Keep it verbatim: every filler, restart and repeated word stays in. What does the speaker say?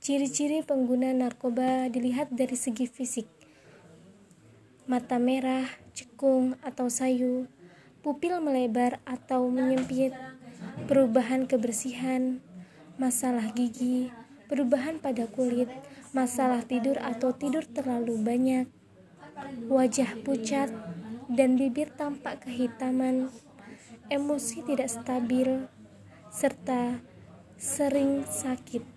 Ciri-ciri pengguna narkoba dilihat dari segi fisik. Mata merah, cekung atau sayu, pupil melebar atau menyempit, perubahan kebersihan, masalah gigi, perubahan pada kulit, masalah tidur atau tidur terlalu banyak, wajah pucat dan bibir tampak kehitaman, emosi tidak stabil, serta sering sakit.